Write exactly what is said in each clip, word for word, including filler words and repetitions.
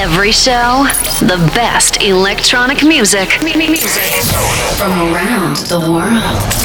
Every show, the best electronic music. Music from around the world.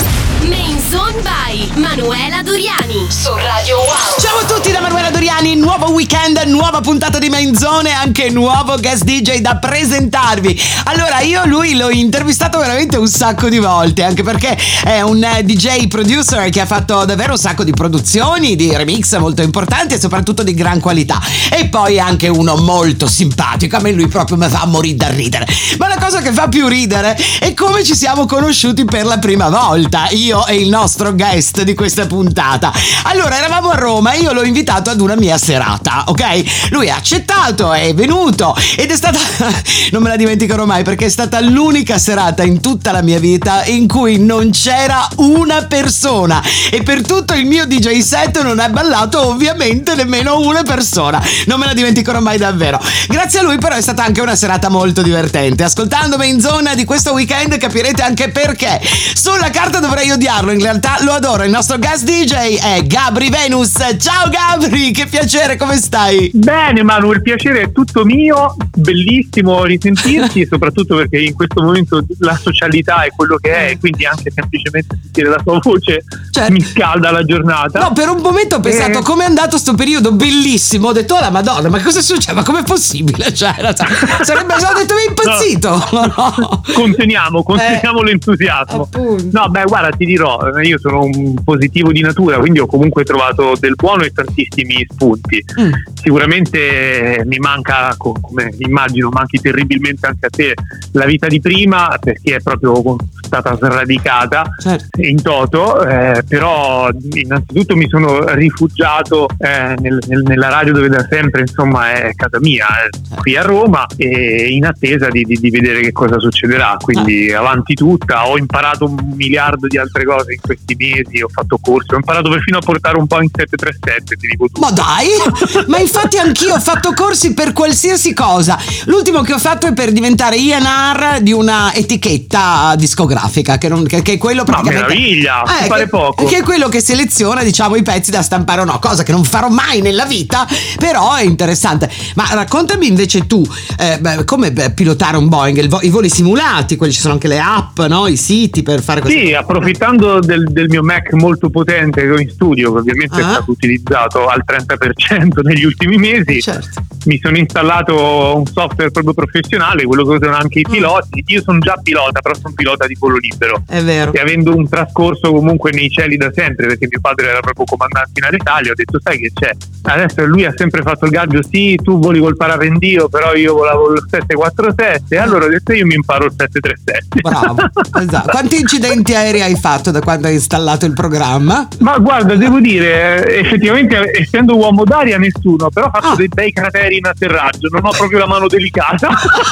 Main Zone by Manuela Doriani su Radio Wow. Ciao a tutti da Manuela Doriani, nuovo weekend, nuova puntata di Main Zone e anche nuovo guest D J da presentarvi. Allora io lui l'ho intervistato veramente un sacco di volte, anche perché è un D J producer che ha fatto davvero un sacco di produzioni, di remix molto importanti e soprattutto di gran qualità. E poi anche uno molto simpatico, a me lui proprio mi fa morire da ridere. Ma la cosa che fa più ridere è come ci siamo conosciuti per la prima volta, io e il nostro guest di questa puntata. Allora eravamo a Roma e io l'ho invitato ad una mia serata, ok? Lui ha accettato, è venuto ed è stata non me la dimenticherò mai, perché è stata l'unica serata in tutta la mia vita in cui non c'era una persona e per tutto il mio D J set non è ballato ovviamente nemmeno una persona. Non me la dimenticherò mai davvero. Grazie a lui però è stata anche una serata molto divertente. Ascoltandomi in zona di questo weekend capirete anche perché. Sulla carta dovrei odiarlo, in realtà lo adoro. Il nostro guest D J è Gabry Venus. Ciao Gabry, che piacere, come stai? Bene Manu, il piacere è tutto mio, bellissimo risentirti soprattutto perché in questo momento la socialità è quello che è, quindi anche semplicemente sentire la tua voce, certo, mi scalda la giornata. No, per un momento ho pensato eh... come è andato sto periodo bellissimo, ho detto oh la madonna, ma cosa succede? Ma com'è possibile? Cioè, sarebbe già detto mi è impazzito. No. No. Conteniamo, conteniamo eh, l'entusiasmo. Appunto. No, beh guarda, ti dirò, io sono un positivo di natura, quindi ho comunque trovato del buono e tantissimi spunti. Mm. Sicuramente mi manca, come immagino manchi terribilmente anche a te, la vita di prima, perché è proprio stata sradicata, certo, in toto, eh, però innanzitutto mi sono rifugiato eh, nel, nel, nella radio dove da sempre insomma è casa mia, eh, qui a Roma, e in attesa di, di, di vedere che cosa succederà, quindi ah. avanti tutta. Ho imparato un miliardo di altre cose in questi mesi, ho fatto corsi, ho imparato perfino a portare un po' in sette tre sette, ti dico tutto. Ma dai, ma infatti anch'io ho fatto corsi per qualsiasi cosa. L'ultimo che ho fatto è per diventare I N R di una etichetta discografica, che, non, che, che è quello praticamente. Ma meraviglia, eh, fare che, poco. Che è quello che seleziona, diciamo, i pezzi da stampare o no, cosa che non farò mai nella vita, però è interessante. Ma raccontami invece tu, eh, beh, come beh, pilotare un Boeing, il vo- i voli simulati, quelli, ci sono anche le app, no? I siti per fare questo. Sì, approfittando del, del mio Mac molto potente che ho in studio, che ovviamente ah. è stato utilizzato al trenta per cento negli ultimi mesi, certo, mi sono installato un software proprio professionale, quello che usano anche i piloti. Io sono già pilota, però sono pilota di volo libero. È vero. E avendo un trascorso comunque nei cieli da sempre, perché mio padre era proprio comandante in Alitalia, ho detto sai che c'è? Adesso lui ha sempre fatto il gaggio, sì, tu voli col parapendio, però io volavo il sette quattro sette, e allora ho detto io mi imparo il sette tre sette. Bravo, esatto. Quanti incidenti aerei hai fatto da quando hai installato il programma? Ma guarda, devo dire, effettivamente essendo uomo d'aria nessuno, però ho fatto ah. dei bei crateri in atterraggio, non ho proprio la mano delicata.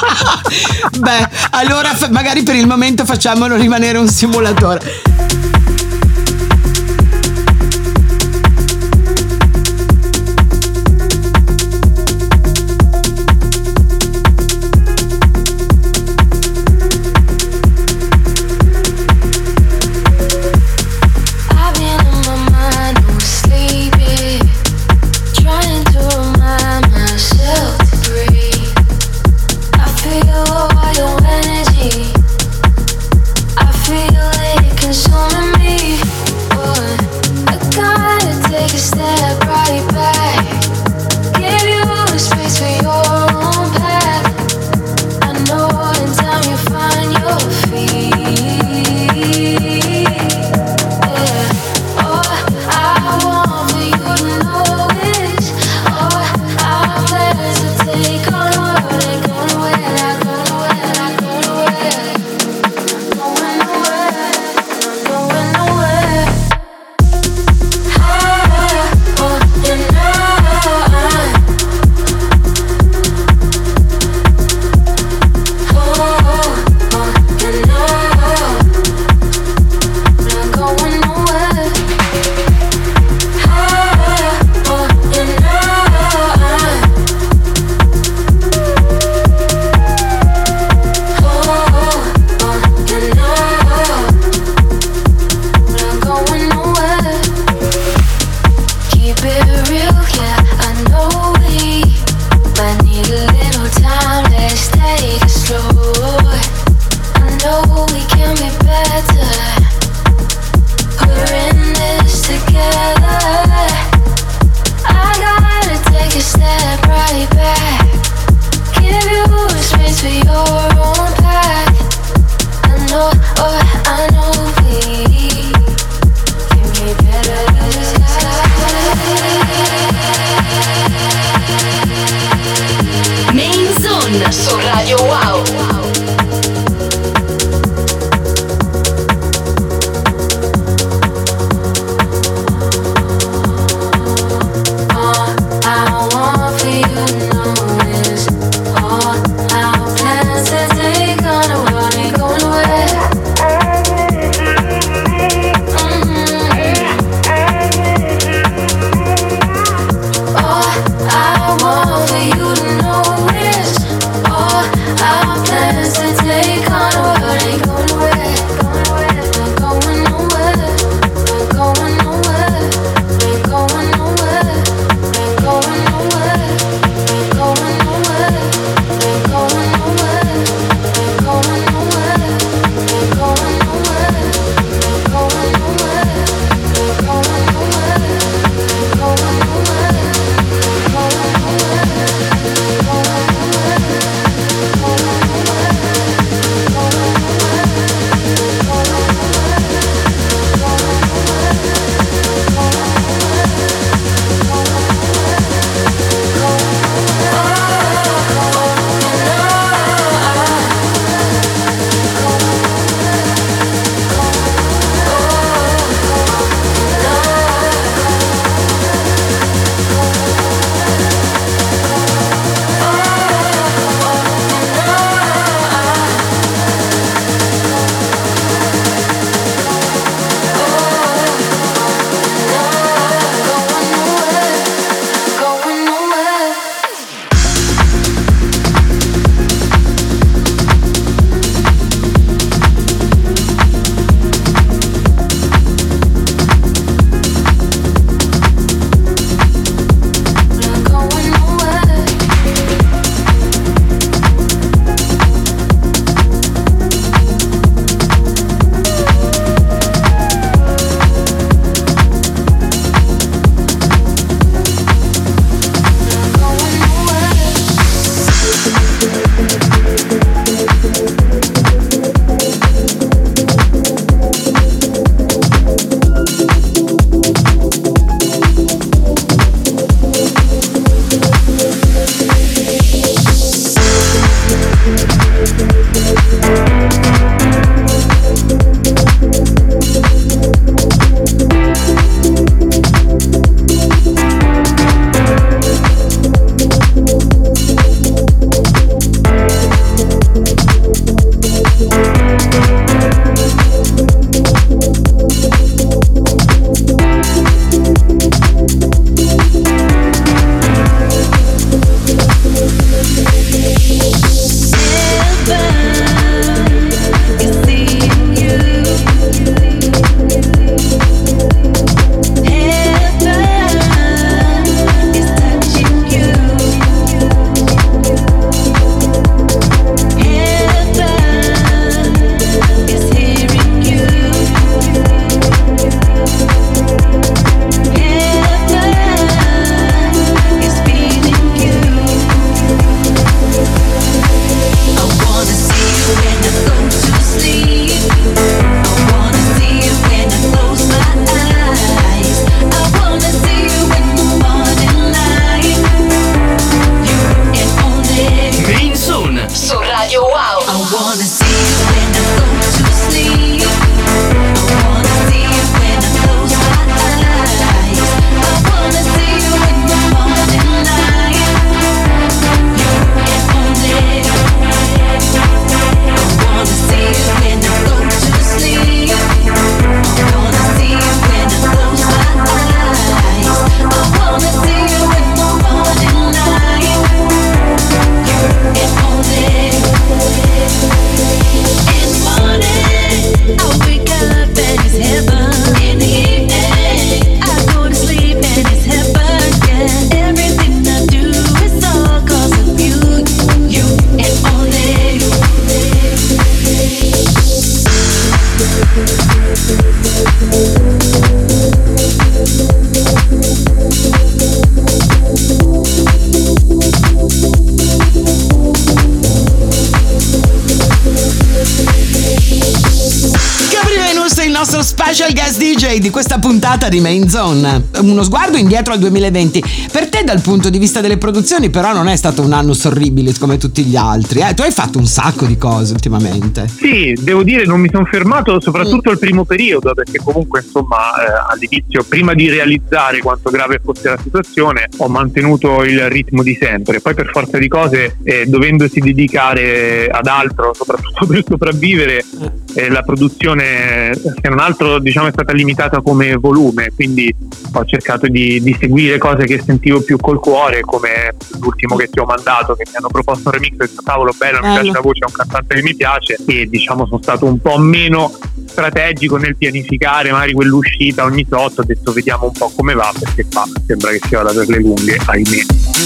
Beh, allora f- magari per il momento facciamolo rimanere un simulatore. Keep it real, yeah, I know we might need a little Su Radio Wow. special guest D J di questa puntata di Main Zone. Uno sguardo indietro al duemilaventi. Per te, dal punto di vista delle produzioni, però non è stato un anno sorribile come tutti gli altri, eh? Tu hai fatto un sacco di cose ultimamente. Sì, devo dire, non mi sono fermato soprattutto mm. al primo periodo, perché comunque insomma eh, all'inizio, prima di realizzare quanto grave fosse la situazione, ho mantenuto il ritmo di sempre. Poi per forza di cose, eh, dovendosi dedicare ad altro, soprattutto per sopravvivere, eh, la produzione, se non altro, diciamo, è stata limitata come volume, quindi ho cercato di, di seguire cose che sentivo più col cuore, come l'ultimo che ti ho mandato, che mi hanno proposto un remix, ho detto cavolo bello, mi piace la voce, è un cantante che mi piace, e diciamo sono stato un po' meno strategico nel pianificare magari quell'uscita ogni tot. Ho detto vediamo un po' come va, perché qua sembra che si vada per le lunghe, ahimè.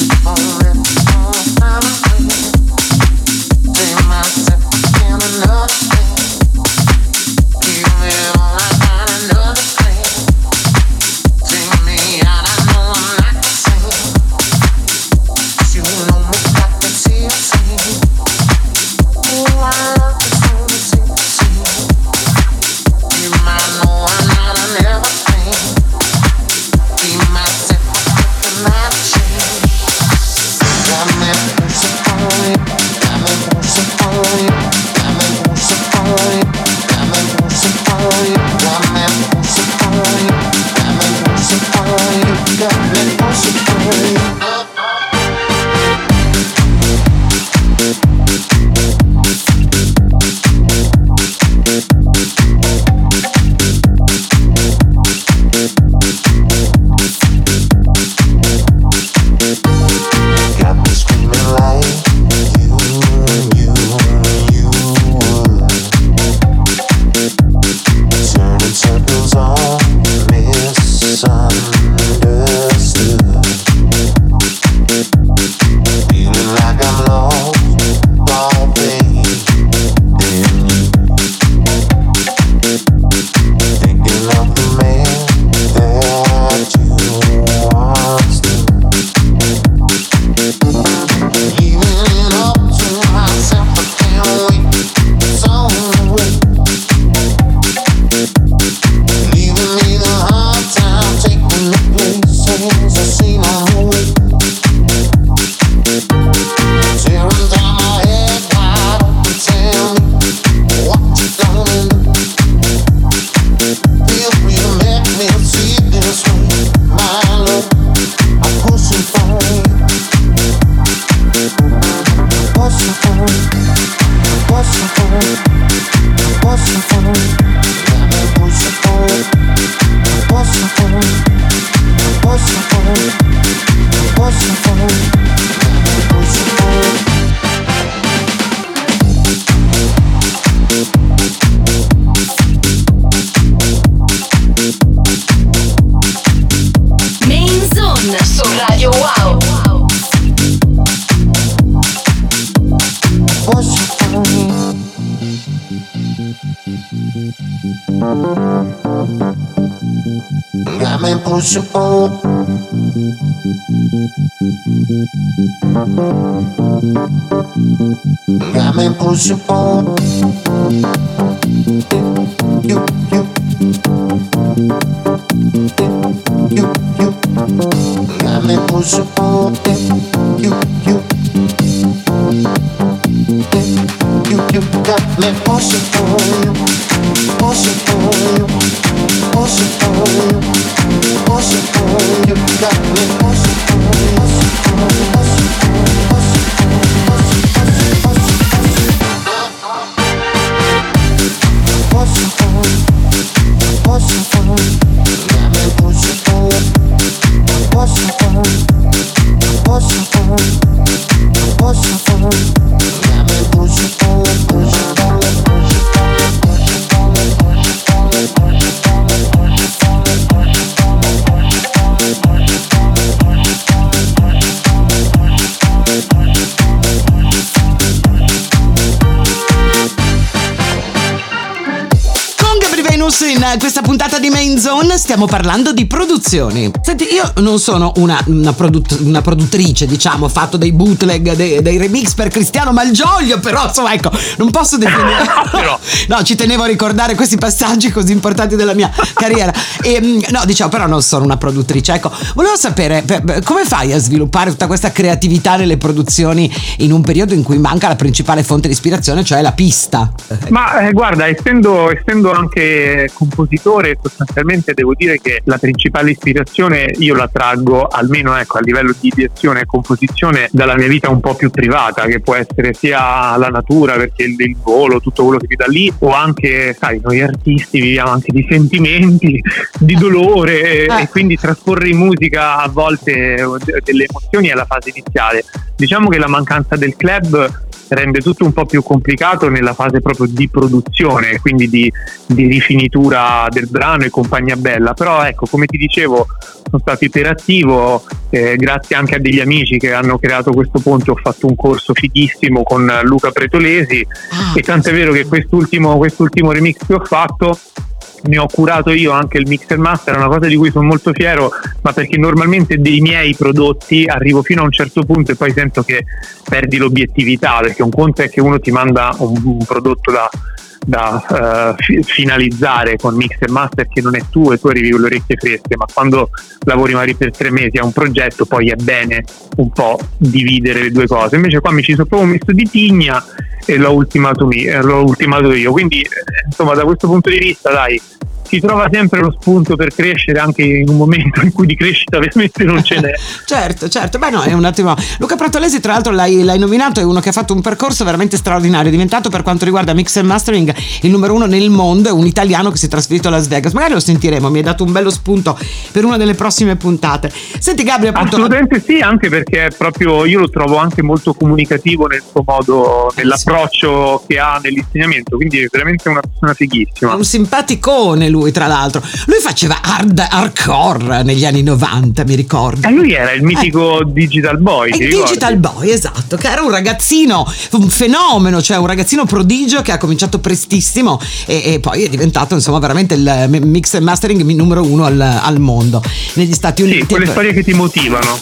Got me pushing on. You, you, you, you. Got me pushing on. You, you, you, you. Got me pushing on. Pushing on. Pushing on. Pushing on. You got me pushing on. Pushing on. discorso in questa puntata di Main Zone, stiamo parlando di produzioni. Senti, io non sono una, una, produtt- una produttrice, diciamo, ho fatto dei bootleg, dei, dei remix per Cristiano Malgioglio, però insomma ecco, non posso definire. Però. No, ci tenevo a ricordare questi passaggi così importanti della mia carriera. E, no, diciamo, però non sono una produttrice. Ecco, volevo sapere come fai a sviluppare tutta questa creatività nelle produzioni in un periodo in cui manca la principale fonte di ispirazione, cioè la pista. Ma eh, guarda, essendo, essendo anche compositore, sostanzialmente devo dire che la principale ispirazione io la traggo, almeno ecco, a livello di ideazione e composizione, dalla mia vita un po' più privata, che può essere sia la natura, perché il, il volo, tutto quello che mi dà lì, o anche, sai, noi artisti viviamo anche di sentimenti, di dolore, eh. e quindi trasporre in musica a volte delle emozioni è la fase iniziale. Diciamo che la mancanza del club rende tutto un po' più complicato nella fase proprio di produzione, quindi di, di rifinitura del brano e compagnia bella. Però ecco, come ti dicevo, sono stato iperattivo, eh, grazie anche a degli amici che hanno creato questo ponte. Ho fatto un corso fighissimo con Luca Pretolesi, ah, e tant'è vero che quest'ultimo, quest'ultimo remix che ho fatto ne ho curato io anche il mix e master, è una cosa di cui sono molto fiero, ma perché normalmente dei miei prodotti arrivo fino a un certo punto e poi sento che perdi l'obiettività, perché un conto è che uno ti manda un, un prodotto da, da uh, fi- finalizzare con mix e master che non è tuo e tu arrivi con le orecchie fresche, ma quando lavori magari per tre mesi a un progetto poi è bene un po' dividere le due cose. Invece qua mi ci sono proprio messo di tigna e l'ho ultimato, mio, l'ho ultimato io, quindi eh, insomma da questo punto di vista dai, si trova sempre lo spunto per crescere anche in un momento in cui di crescita veramente non ce n'è. Certo, certo, beh no, è un attimo. Luca Pretolesi, tra l'altro l'hai, l'hai nominato, è uno che ha fatto un percorso veramente straordinario, è diventato, per quanto riguarda mix and mastering, il numero uno nel mondo, è un italiano che si è trasferito a Las Vegas, magari lo sentiremo, mi hai dato un bello spunto per una delle prossime puntate. Senti Gabriele, appunto... Assolutamente sì, anche perché è proprio, io lo trovo anche molto comunicativo nel suo modo, nell'approccio che ha nell'insegnamento, quindi è veramente una persona fighissima. È un simpaticone lui, tra l'altro. Lui faceva hard hardcore negli anni novanta, mi ricordo. E lui era il mitico eh. Digital Boy, il Digital Boy, esatto, che era un ragazzino, un fenomeno, cioè un ragazzino prodigio che ha cominciato prestissimo e, e poi è diventato insomma veramente il mix and mastering numero uno al, al mondo negli Stati Uniti. Sì, quelle storie che ti motivano.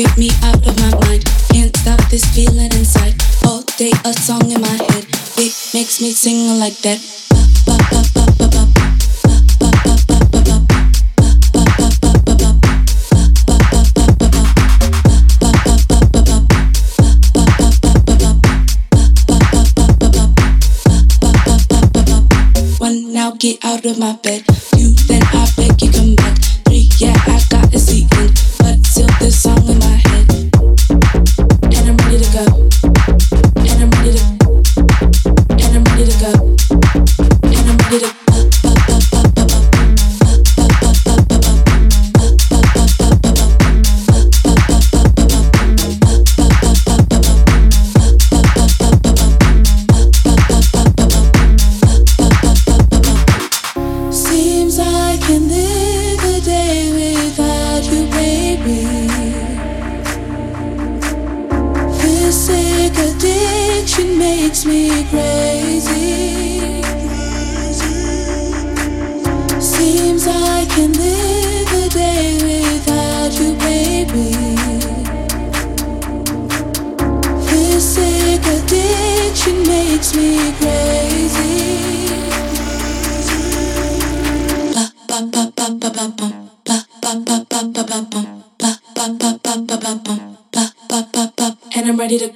get me out of my mind. Can't stop this feeling inside. All day a song in my head. It makes me sing like that. Ba, ba, ba, ba, ba, ba. One, now get out of my bed. Two, then I beg you come back. Three, yeah, I got a seat in, but still this song in my head. And I'm ready to go. And I'm ready to. And I'm ready to go. And I'm ready to. Seems I can live a day without you, baby. This sick addiction makes me crazy. Seems I can live a day without you, baby. This sick addiction makes me crazy. And I'm ready to.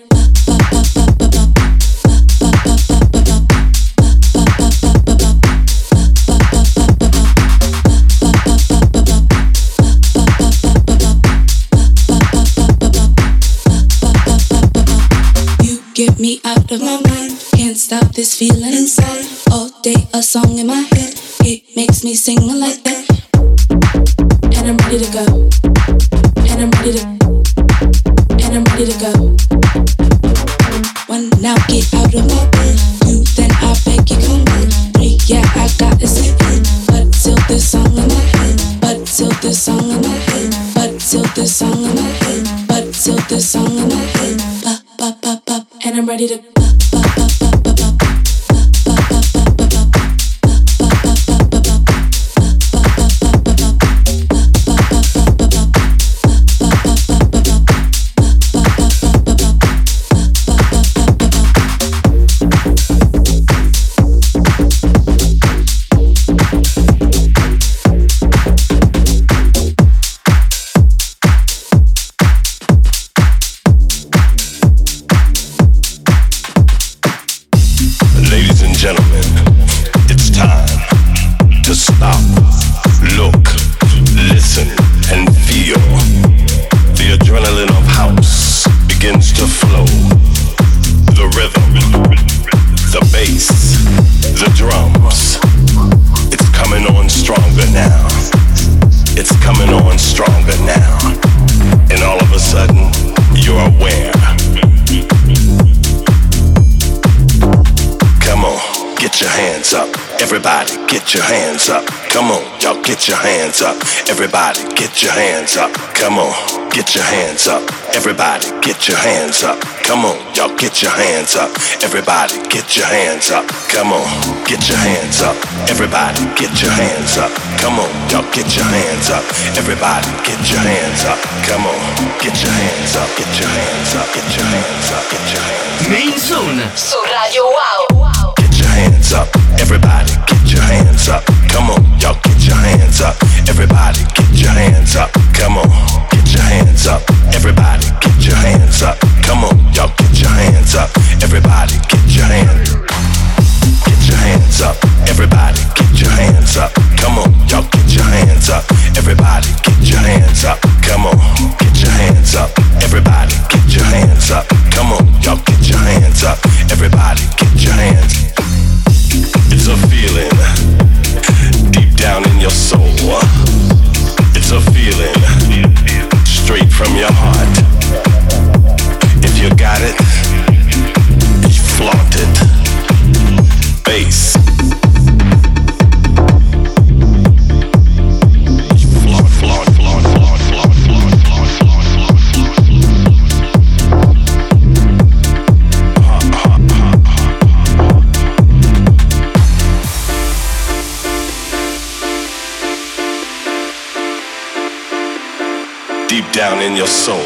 You get me out of my mind. Can't stop this feeling inside. All day a song in my head. It makes me sing like that. And I'm ready to go. And I'm ready to. And I'm ready to go. One, now get out of my bed. Two, then I beg you come back. Three, yeah, I got a second. But still this song in my head. But still this song in my head. But still this song in my head. But still this song in my head. Ba, ba, ba, ba. And I'm ready to. Ba, ba, ba, ba, ba, ba. Get your hands up, come on, y'all get your hands up. Everybody get your hands up, come on, get your hands up. Everybody get your hands up, come on, y'all get your hands up. Everybody get your hands up, come on, get your hands up. Everybody get your hands up, come on, y'all get your hands up. Everybody get your hands up, come on, get your hands up, get your hands up, get your hands up, get your hands up. Main Zone su Radio Wow. Get your hands up, everybody get your hands up. Come on, y'all get your hands up. Everybody get your hands up. Come on, get your hands up. Everybody get your hands up. Come on, y'all get your hands up. Everybody get your hands up. Get your hands up. Everybody get your hands up. Come on, y'all get your hands up. Everybody get your hands up. Come on, get your hands up. Everybody get your hands up. Come on, y'all get your hands up. Everybody get your hands. It's a feeling deep deep down in your soul.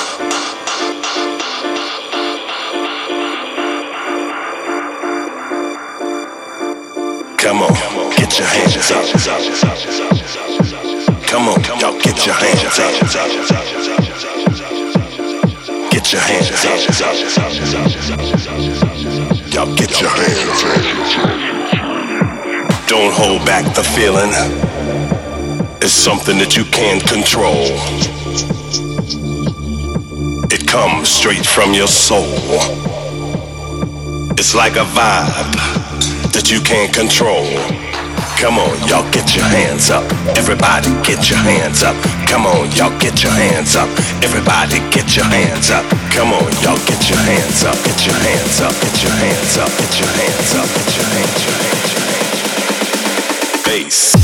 Come on, get your hands up. Come on, y'all get your hands up. Get your hands up. Y'all get your hands up. Don't hold back the feeling. It's something that you can't control. It comes straight from your soul. It's like a vibe that you can't control. Come on, y'all get your hands up. Everybody get your hands up. Come on, y'all get your hands up. Everybody get your hands up. Come on, y'all get your hands up. Get your hands up. Get your hands up. Get your hands up. Get your hands up. Get your hands up. Bass.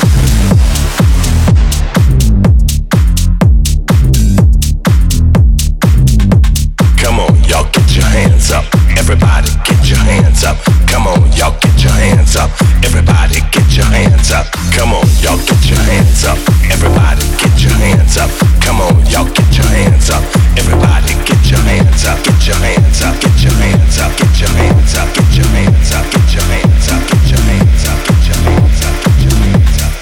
Come on, y'all get your hands up. Everybody get your hands up. Come on, y'all get your hands up. Everybody get your hands up. Come on, y'all get your hands up. Everybody get your hands up. Come on, y'all get your hands up. Everybody get your hands up. Get your hands up. Get your hands up. Get your hands up. Get your hands up. Get your hands up. Get your hands up. Get your hands up. Get your hands up.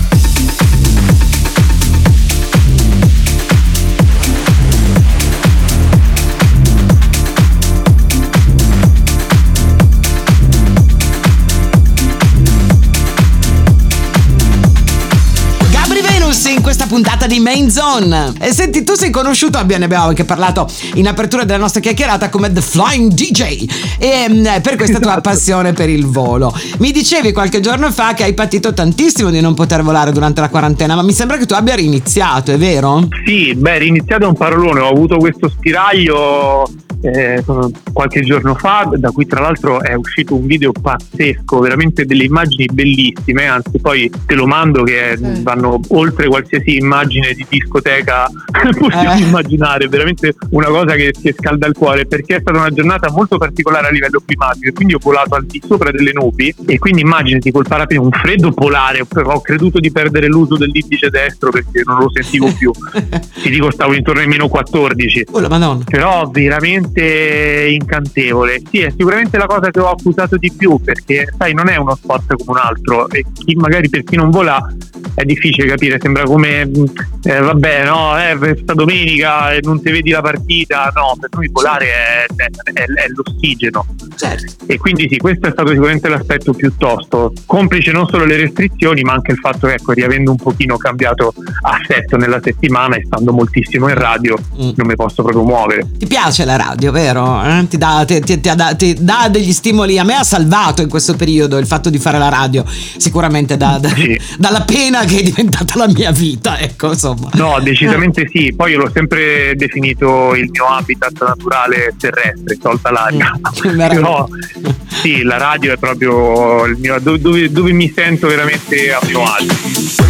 In questa puntata di Main Zone. E senti, tu sei conosciuto, abbiamo, abbiamo anche parlato in apertura della nostra chiacchierata, come The Flying D J, e mh, per questa tua passione per il volo. Mi dicevi qualche giorno fa che hai patito tantissimo di non poter volare durante la quarantena, ma mi sembra che tu abbia riniziato, è vero? Sì, beh, riniziato è un parolone. Ho avuto questo spiraglio eh, qualche giorno fa, da cui tra l'altro è uscito un video pazzesco, veramente delle immagini bellissime, anzi poi te lo mando, che sì, vanno oltre qualsiasi immagine di discoteca possiamo eh. immaginare, veramente una cosa che ti scalda il cuore, perché è stata una giornata molto particolare a livello climatico, e quindi ho volato al di sopra delle nubi, e quindi immaginati col parapente, un freddo polare, ho creduto di perdere l'uso dell'indice destro perché non lo sentivo più. Ti dico, stavo intorno ai meno quattordici. Oh la Madonna. Però veramente incantevole. Sì, è sicuramente la cosa che ho accusato di più, perché sai, non è uno sport come un altro, e chi magari, per chi non vola, è difficile capire, sembra come eh, vabbè, no, eh, questa domenica e non ti vedi la partita. No, per noi volare è, è, è, è l'ossigeno. Certo. E quindi sì, questo è stato sicuramente l'aspetto più tosto, complice non solo le restrizioni, ma anche il fatto che, ecco, riavendo un pochino cambiato assetto nella settimana e stando moltissimo in radio, mm. non mi posso proprio muovere. Ti piace la radio, vero? Eh? Ti, dà, ti, ti, ti, ti dà degli stimoli. A me ha salvato in questo periodo il fatto di fare la radio, sicuramente da, da, sì. dalla pena che è diventata la mia vita, ecco, insomma. No, decisamente sì. Poi io l'ho sempre definito il mio habitat naturale terrestre, tolta l'aria. Mm, però sì, la radio è proprio il mio, dove, dove mi sento veramente a mio agio.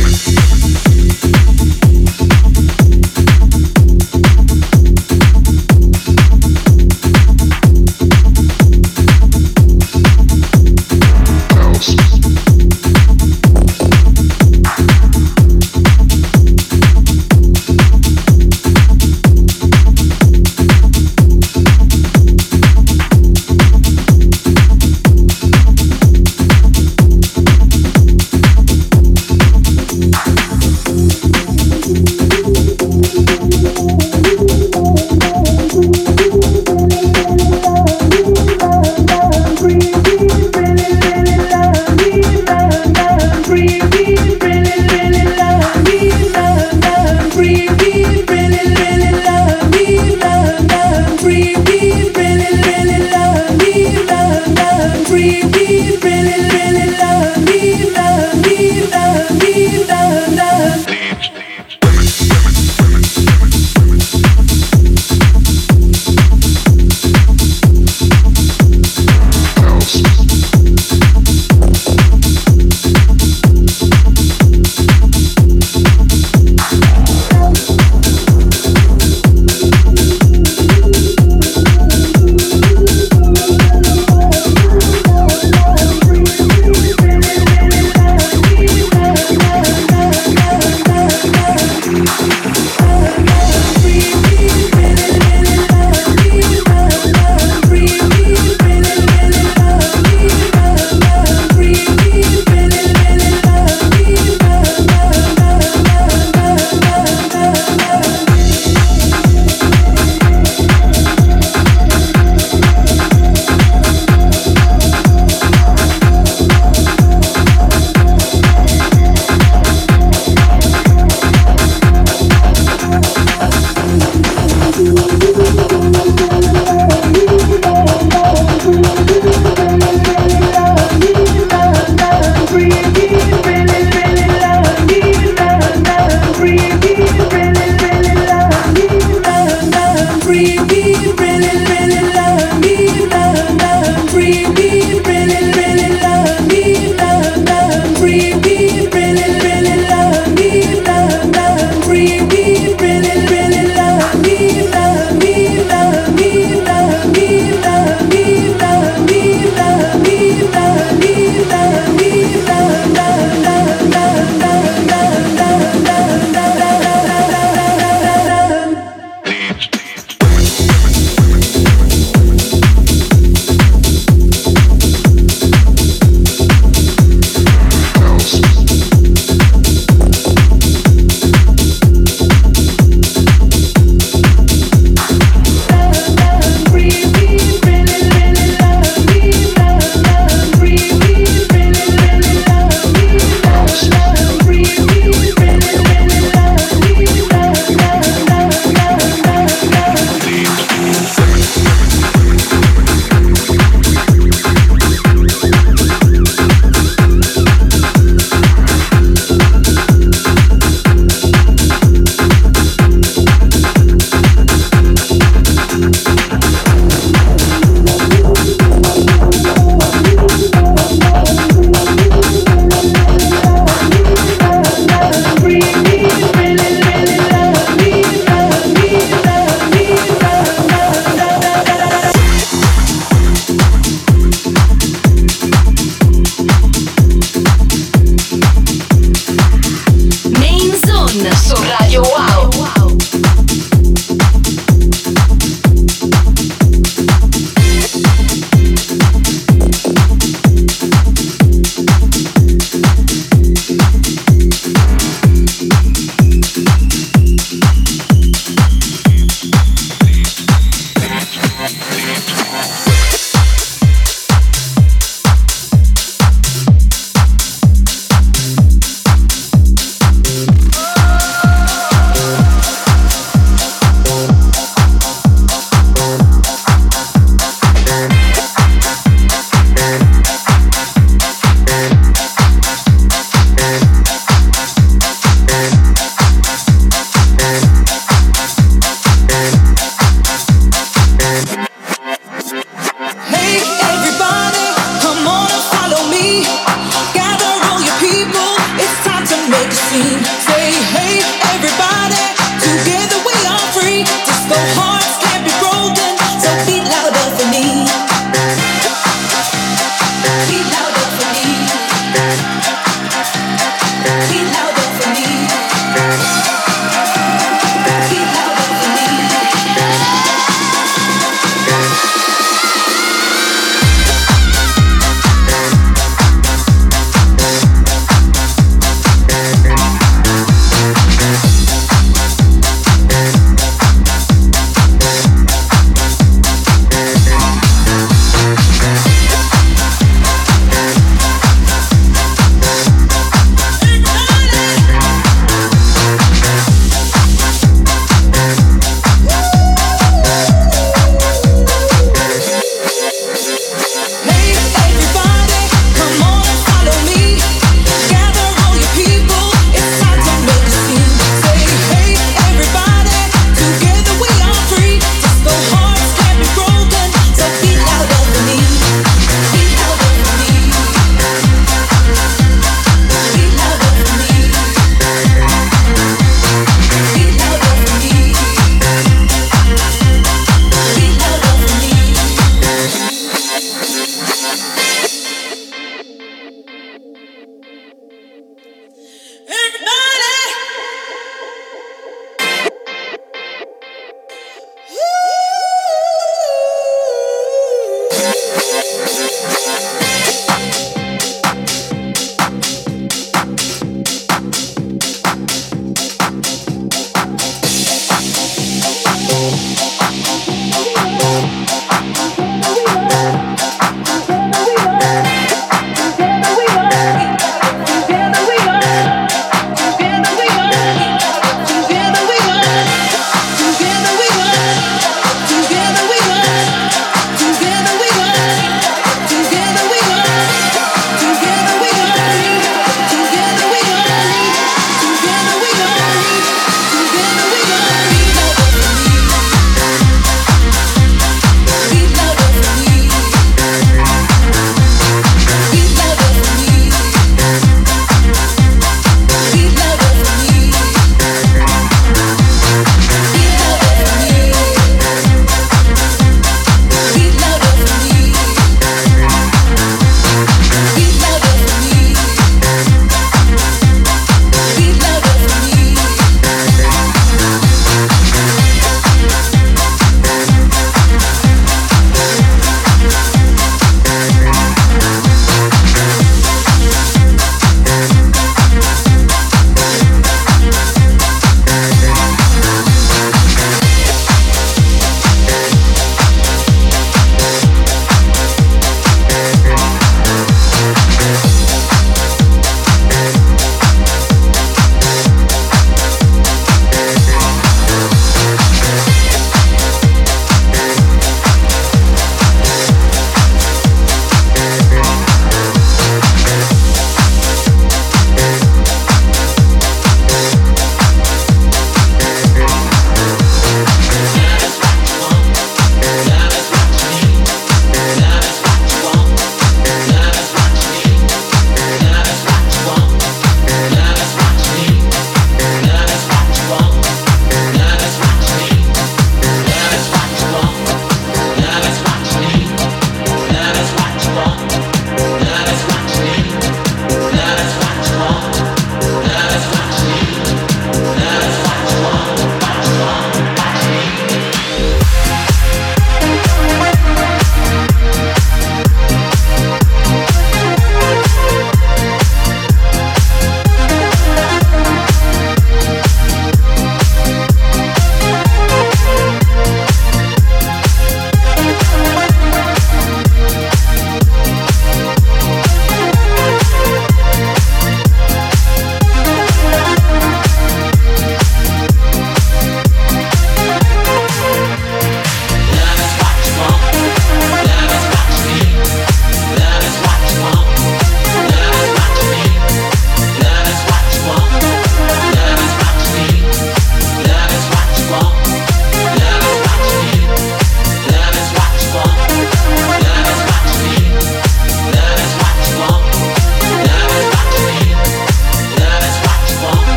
make a scene. Say hey everybody, together we are free. Disco hearts can't be broken, so beat louder for me. Beat louder for me. Beat louder for me. Beat louder for me.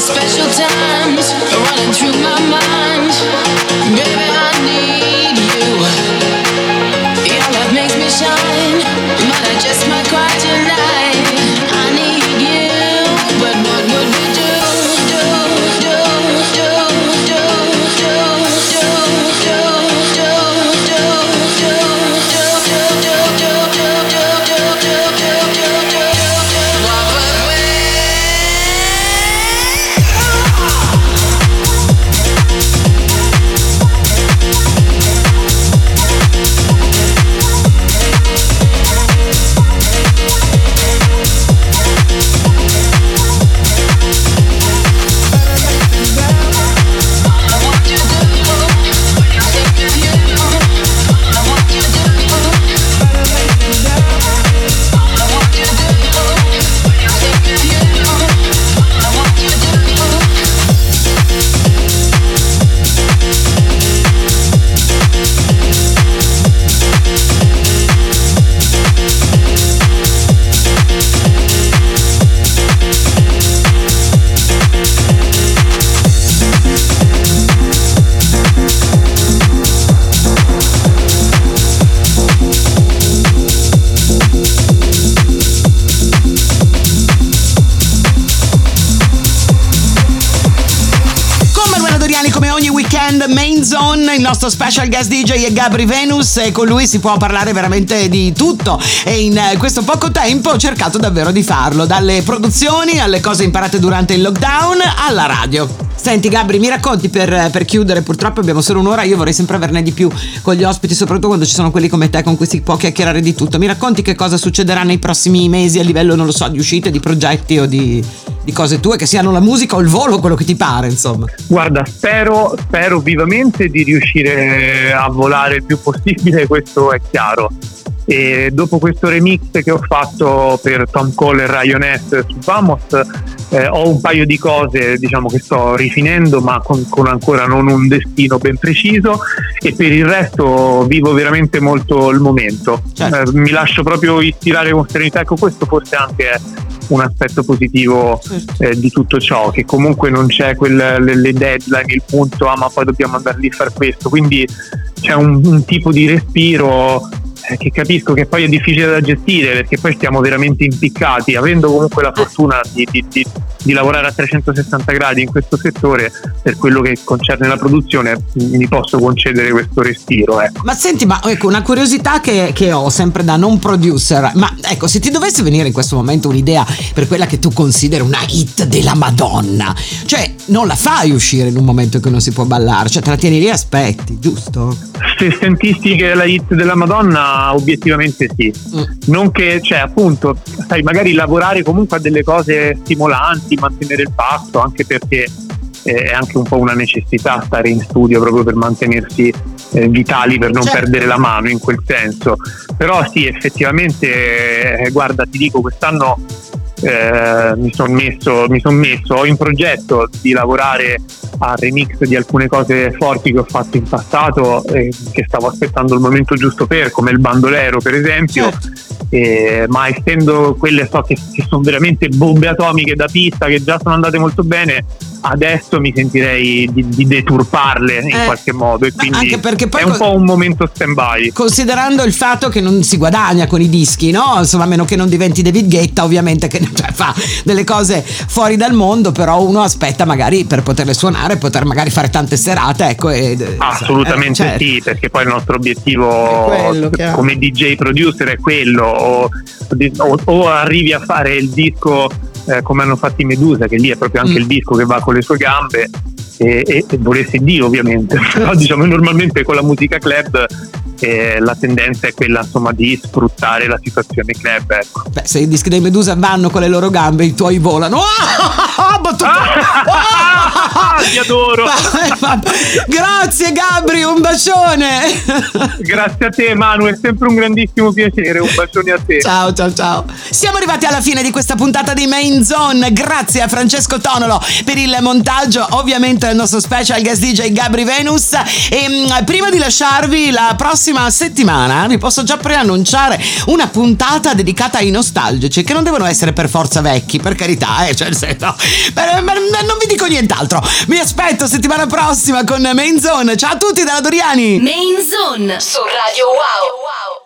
special times running through my mind. Baby, I need you. Your love makes me shine, but I just might cry tonight. I need you, but what would we do? Do, do, do, do, do, do, do, do, do, do, do, do, do, Main Zone, il nostro special guest D J è Gabry Venus e con lui si può parlare veramente di tutto e in questo poco tempo ho cercato davvero di farlo, dalle produzioni alle cose imparate durante il lockdown alla radio. Senti Gabry, mi racconti per, per chiudere, purtroppo abbiamo solo un'ora, io vorrei sempre averne di più con gli ospiti, soprattutto quando ci sono quelli come te con cui si può chiacchierare di tutto. Mi racconti che cosa succederà nei prossimi mesi a livello, non lo so, di uscite, di progetti o di, di cose tue, che siano la musica o il volo, quello che ti pare, insomma. Guarda, spero, spero vivamente di riuscire a volare il più possibile, questo è chiaro. E dopo questo remix che ho fatto per Tom Cole e Ryan S su Vamos, eh, ho un paio di cose, diciamo, che sto rifinendo, ma con, con ancora non un destino ben preciso, e per il resto vivo veramente molto il momento. Certo. Eh, mi lascio proprio ispirare con serenità. Ecco, questo forse anche è un aspetto positivo eh, di tutto ciò, che comunque non c'è quel, le, le deadline, il punto, ah ma poi dobbiamo andare lì a fare questo, quindi c'è un, un tipo di respiro eh, che capisco che poi è difficile da gestire, perché poi stiamo veramente impiccati, avendo comunque la fortuna di, di, di, di lavorare a trecentosessanta gradi in questo settore. Per quello che concerne la produzione mi posso concedere questo respiro, ecco. Ma senti, ma ecco, una curiosità che, che ho sempre da non producer, ma ecco, se ti dovesse venire in questo momento un'idea per quella che tu consideri una hit della Madonna, cioè non la fai uscire in un momento in cui non si può ballare, cioè te la tieni lì e aspetti, giusto? Se sentissi che è la hit della Madonna, obiettivamente sì. Mm. Non che, cioè appunto, sai, magari lavorare comunque a delle cose stimolanti, mantenere il passo, anche perché è anche un po' una necessità stare in studio proprio per mantenersi eh, vitali, per non certo. perdere la mano in quel senso. Però sì, effettivamente, eh, guarda, ti dico, quest'anno eh, mi sono messo, mi son messo, ho in progetto di lavorare a remix di alcune cose forti che ho fatto in passato, eh, che stavo aspettando il momento giusto per, come il bandolero per esempio. Certo. Eh, ma essendo quelle so che, che sono veramente bombe atomiche da pista, che già sono andate molto bene, adesso mi sentirei di, di deturparle in eh, qualche modo, e quindi anche perché poi è un po' un momento stand by, considerando il fatto che non si guadagna con i dischi, no? Insomma, a meno che non diventi David Guetta, ovviamente, che cioè, fa delle cose fuori dal mondo, però uno aspetta magari per poterle suonare, poter magari fare tante serate, ecco. E, assolutamente eh, certo. Sì, perché poi il nostro obiettivo quello, come D J producer è quello, o, o, o arrivi a fare il disco eh, come hanno fatto i Medusa, che lì è proprio anche mm. il disco che va con le sue gambe, e, e, e volesse Dio ovviamente, però diciamo normalmente con la musica club eh, la tendenza è quella, insomma, di sfruttare la situazione club, ecco. Beh, se i dischi dei Medusa vanno con le loro gambe, i tuoi volano. Oh, ti adoro. Grazie Gabry, un bacione. Grazie a te Manu, è sempre un grandissimo piacere, un bacione a te. Ciao ciao ciao. Siamo arrivati alla fine di questa puntata di Main Zone, grazie a Francesco Tonolo per il montaggio, ovviamente al nostro special guest D J Gabry Venus, e mh, prima di lasciarvi, la prossima settimana vi posso già preannunciare una puntata dedicata ai nostalgici, che non devono essere per forza vecchi, per carità, eh, cioè, no, per, per, non vi dico con nient'altro. Mi aspetto settimana prossima con Main Zone. Ciao a tutti dalla Doriani. Main Zone su Radio Wow.